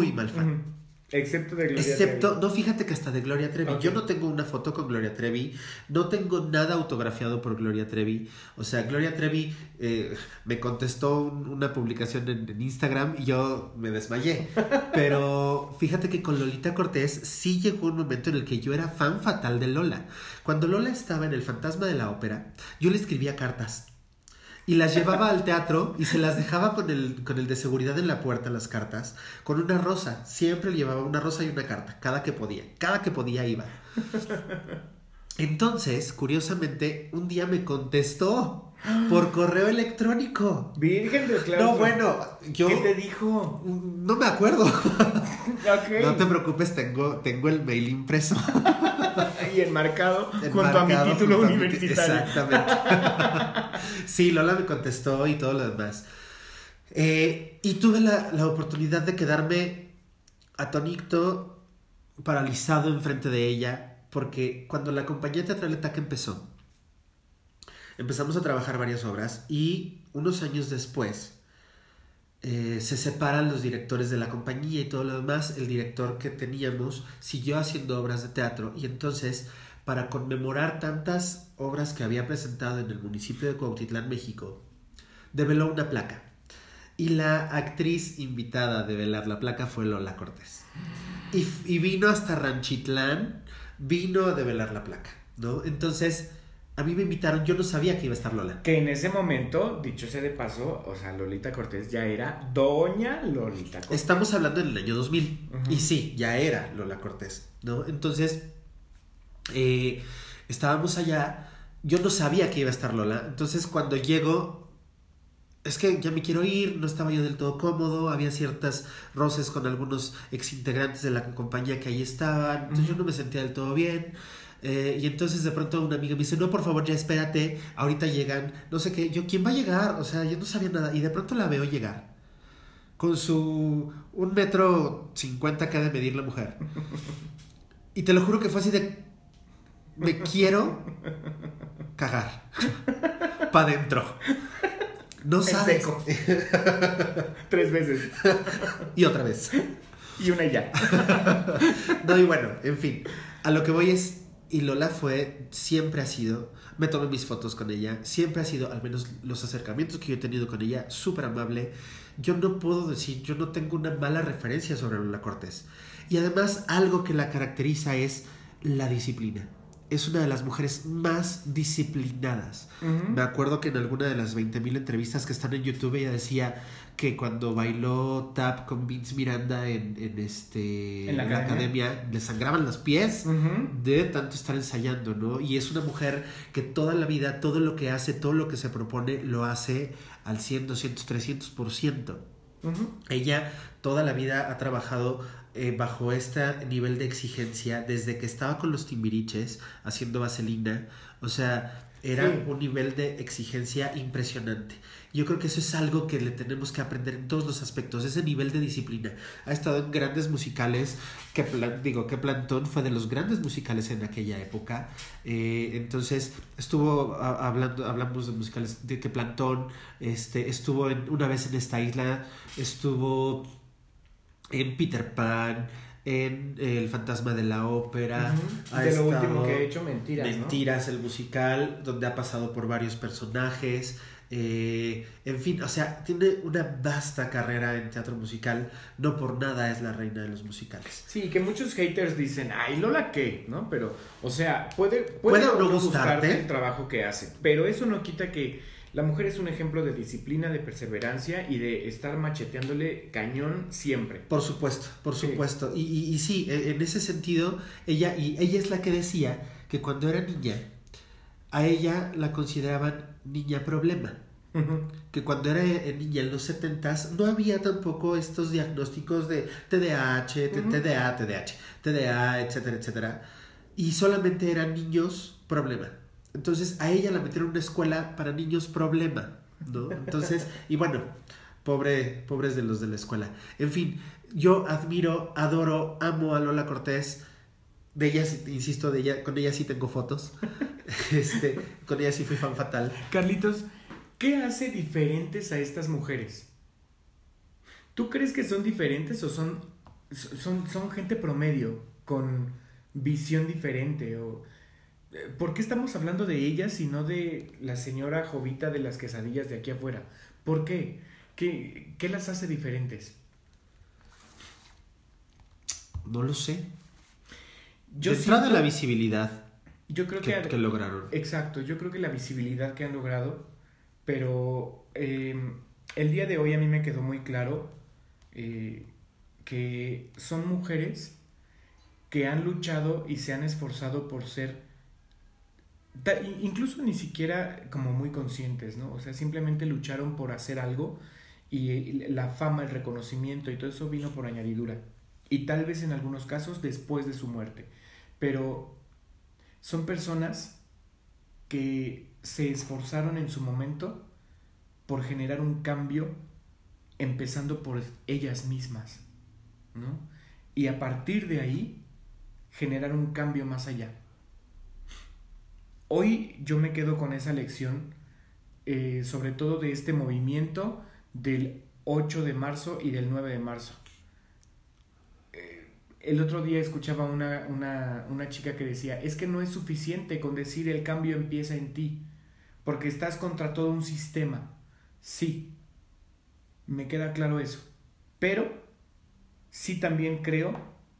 Excepto de Gloria Trevi. No, fíjate que hasta de Gloria Trevi. Okay. Yo no tengo una foto con Gloria Trevi. No tengo nada autografiado por Gloria Trevi. O sea, Gloria Trevi me contestó una publicación en Instagram y yo me desmayé. Pero fíjate que con Lolita Cortés sí llegó un momento en el que yo era fan fatal de Lola. Cuando Lola estaba en El Fantasma de la Ópera, yo le escribía cartas. Y las llevaba al teatro y se las dejaba con el de seguridad en la puerta, las cartas, con una rosa. Siempre llevaba una rosa y una carta, cada que podía iba. Entonces, curiosamente, un día me contestó por correo electrónico. Virgen del claustro. No, bueno, ¿qué te dijo? No me acuerdo. Okay. No te preocupes, tengo el mail impreso. Y enmarcado junto a mi título universitario. Exactamente. Sí, Lola me contestó y todo lo demás. Y tuve la oportunidad de quedarme atónito, paralizado enfrente de ella, porque cuando la compañía teatral ETAC empezamos a trabajar varias obras, y unos años después se separan los directores de la compañía y todo lo demás. El director que teníamos siguió haciendo obras de teatro, y entonces, para conmemorar tantas obras que había presentado en el municipio de Cuautitlán, México, develó una placa, y la actriz invitada a develar la placa fue Lola Cortés, y vino hasta Ranchitlán, vino a develar la placa, ¿no? Entonces a mí me invitaron, yo no sabía que iba a estar Lola. Que en ese momento, dicho sea de paso, o sea, Lolita Cortés ya era doña Lolita Cortés. Estamos hablando del año 2000, y sí, ya era Lola Cortés, ¿no? Entonces, estábamos allá, yo no sabía que iba a estar Lola, entonces cuando llego, es que ya me quiero ir, no estaba yo del todo cómodo, había ciertas roces con algunos exintegrantes de la compañía que ahí estaban, entonces yo no me sentía del todo bien. Y entonces de pronto una amiga me dice, no, por favor, ya espérate, ahorita llegan, no sé qué. Yo, ¿quién va a llegar? O sea, yo no sabía nada, y de pronto la veo llegar con su 1.50 m que ha de medir la mujer, y te lo juro que fue así de, me quiero cagar pa' dentro. No sabes. Seco. 3 veces. Y otra vez. Y una y ya. No, y bueno, en fin. A lo que voy es, y Lola siempre ha sido, me tomé mis fotos con ella, siempre ha sido, al menos los acercamientos que yo he tenido con ella, súper amable. Yo no puedo decir, yo no tengo una mala referencia sobre Lola Cortés. Y además, algo que la caracteriza es la disciplina. Es una de las mujeres más disciplinadas. Uh-huh. Me acuerdo que en alguna de las 20,000 entrevistas que están en YouTube ella decía que cuando bailó tap con Vince Miranda en la academia le sangraban los pies uh-huh. de tanto estar ensayando, ¿no? Y es una mujer que toda la vida, todo lo que hace, todo lo que se propone, lo hace al 100, 200, 300%. Uh-huh. Ella toda la vida ha trabajado bajo este nivel de exigencia desde que estaba con los Timbiriches haciendo Vaselina. O sea, era un nivel de exigencia impresionante. Yo creo que eso es algo que le tenemos que aprender en todos los aspectos, ese nivel de disciplina. Ha estado en grandes musicales, que Plantón fue de los grandes musicales en aquella época. Entonces hablamos de musicales de que Plantón estuvo una vez en esta isla, estuvo en Peter Pan, en El Fantasma de la Ópera. Uh-huh. De lo último que he hecho, Mentiras, ¿no? El musical, donde ha pasado por varios personajes. En fin, o sea, tiene una vasta carrera en teatro musical. No por nada es la reina de los musicales. Sí, que muchos haters dicen, ay, Lola, ¿qué? ¿No? Pero, o sea, puede no gustarte el trabajo que hace, pero eso no quita que la mujer es un ejemplo de disciplina, de perseverancia y de estar macheteándole cañón siempre. Por supuesto. Y sí, en ese sentido, ella es la que decía que cuando era niña, a ella la consideraban niña problema. Uh-huh. Que cuando era niña en los 70s no había tampoco estos diagnósticos de TDAH, uh-huh. TDA, etcétera, etcétera. Y solamente eran niños problema. Entonces a ella la metieron en una escuela para niños problema, ¿no? Entonces, y bueno, pobres de los de la escuela. En fin, yo admiro, adoro, amo a Lola Cortés. De ella, insisto, con ella sí tengo fotos. Con ella sí fui fan fatal. Carlitos, ¿qué hace diferentes a estas mujeres? ¿Tú crees que son diferentes o son gente promedio con visión diferente? O ¿por qué estamos hablando de ellas y no de la señora Jovita de las quesadillas de aquí afuera? ¿Por qué? ¿Qué las hace diferentes? No lo sé. De entrada la visibilidad. Yo creo que lograron. Exacto, yo creo que la visibilidad que han logrado, pero el día de hoy a mí me quedó muy claro que son mujeres que han luchado y se han esforzado por ser, incluso ni siquiera como muy conscientes, ¿no? O sea, simplemente lucharon por hacer algo y la fama, el reconocimiento y todo eso vino por añadidura. Y tal vez en algunos casos después de su muerte. Pero son personas que se esforzaron en su momento por generar un cambio, empezando por ellas mismas, ¿no? Y a partir de ahí, generar un cambio más allá. Hoy yo me quedo con esa lección, sobre todo de este movimiento del 8 de marzo y del 9 de marzo. El otro día escuchaba una chica que decía, es que no es suficiente con decir el cambio empieza en ti, porque estás contra todo un sistema. Sí, me queda claro eso, pero sí también creo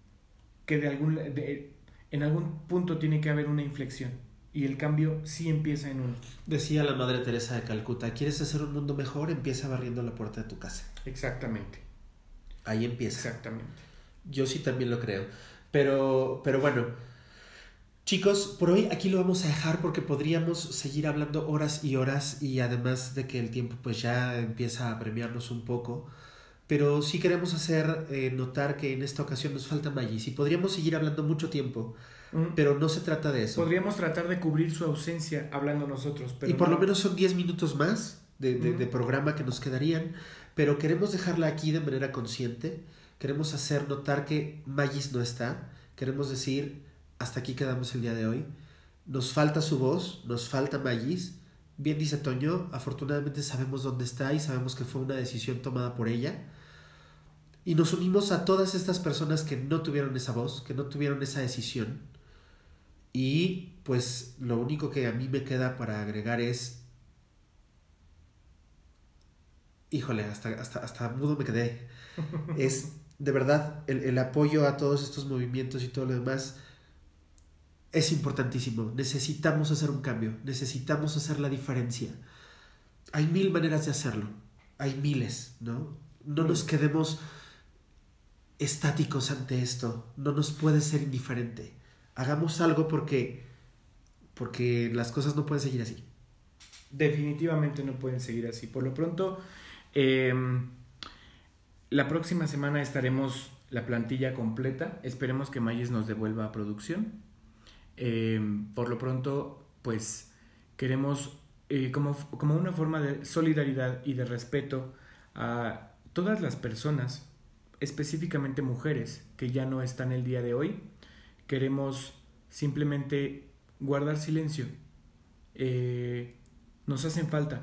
que en algún punto tiene que haber una inflexión y el cambio sí empieza en uno. Decía la Madre Teresa de Calcuta, ¿quieres hacer un mundo mejor? Empieza barriendo la puerta de tu casa. Exactamente. Ahí empieza. Exactamente. Yo sí también lo creo. Pero bueno, chicos, por hoy aquí lo vamos a dejar porque podríamos seguir hablando horas y horas y además de que el tiempo pues ya empieza a apremiarnos un poco. Pero sí queremos hacer notar que en esta ocasión nos falta Magis y podríamos seguir hablando mucho tiempo, pero no se trata de eso. Podríamos tratar de cubrir su ausencia hablando nosotros. Pero y por lo menos son 10 minutos más de programa que nos quedarían, pero queremos dejarla aquí de manera consciente. Queremos hacer notar que Magis no está. Queremos decir, hasta aquí quedamos el día de hoy. Nos falta su voz, nos falta Magis, bien dice Toño, afortunadamente sabemos dónde está y sabemos que fue una decisión tomada por ella. Y nos unimos a todas estas personas que no tuvieron esa voz, que no tuvieron esa decisión. Y pues lo único que a mí me queda para agregar es... Híjole, hasta mudo me quedé. Es de verdad el apoyo a todos estos movimientos y todo lo demás es importantísimo. Necesitamos hacer un cambio, necesitamos hacer la diferencia. Hay 1000 maneras de hacerlo, hay miles, ¿no? No nos quedemos estáticos ante esto, no nos puede ser indiferente. Hagamos algo porque las cosas no pueden seguir así. Definitivamente no pueden seguir así. Por lo pronto, la próxima semana estaremos la plantilla completa. Esperemos que Mayis nos devuelva a producción. Por lo pronto, pues queremos, como una forma de solidaridad y de respeto a todas las personas, específicamente mujeres, que ya no están el día de hoy, queremos simplemente guardar silencio. Nos hacen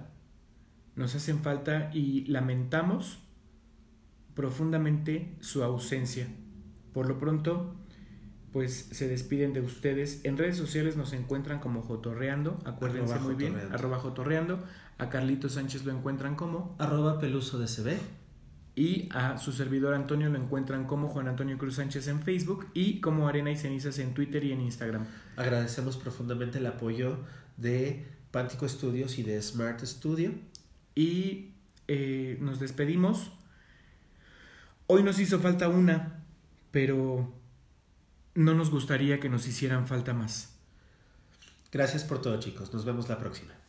falta y lamentamos profundamente su ausencia. Por lo pronto, pues se despiden de ustedes. En redes sociales nos encuentran como Jotorreando, acuérdense muy bien, @Jotorreando. A Carlito Sánchez lo encuentran como @PelusoDCB. Y a su servidor Antonio lo encuentran como Juan Antonio Cruz Sánchez en Facebook y como Arena y Cenizas en Twitter y en Instagram. Agradecemos profundamente el apoyo de Pántico Studios y de Smart Studio. Y nos despedimos. Hoy nos hizo falta una, pero no nos gustaría que nos hicieran falta más. Gracias por todo, chicos. Nos vemos la próxima.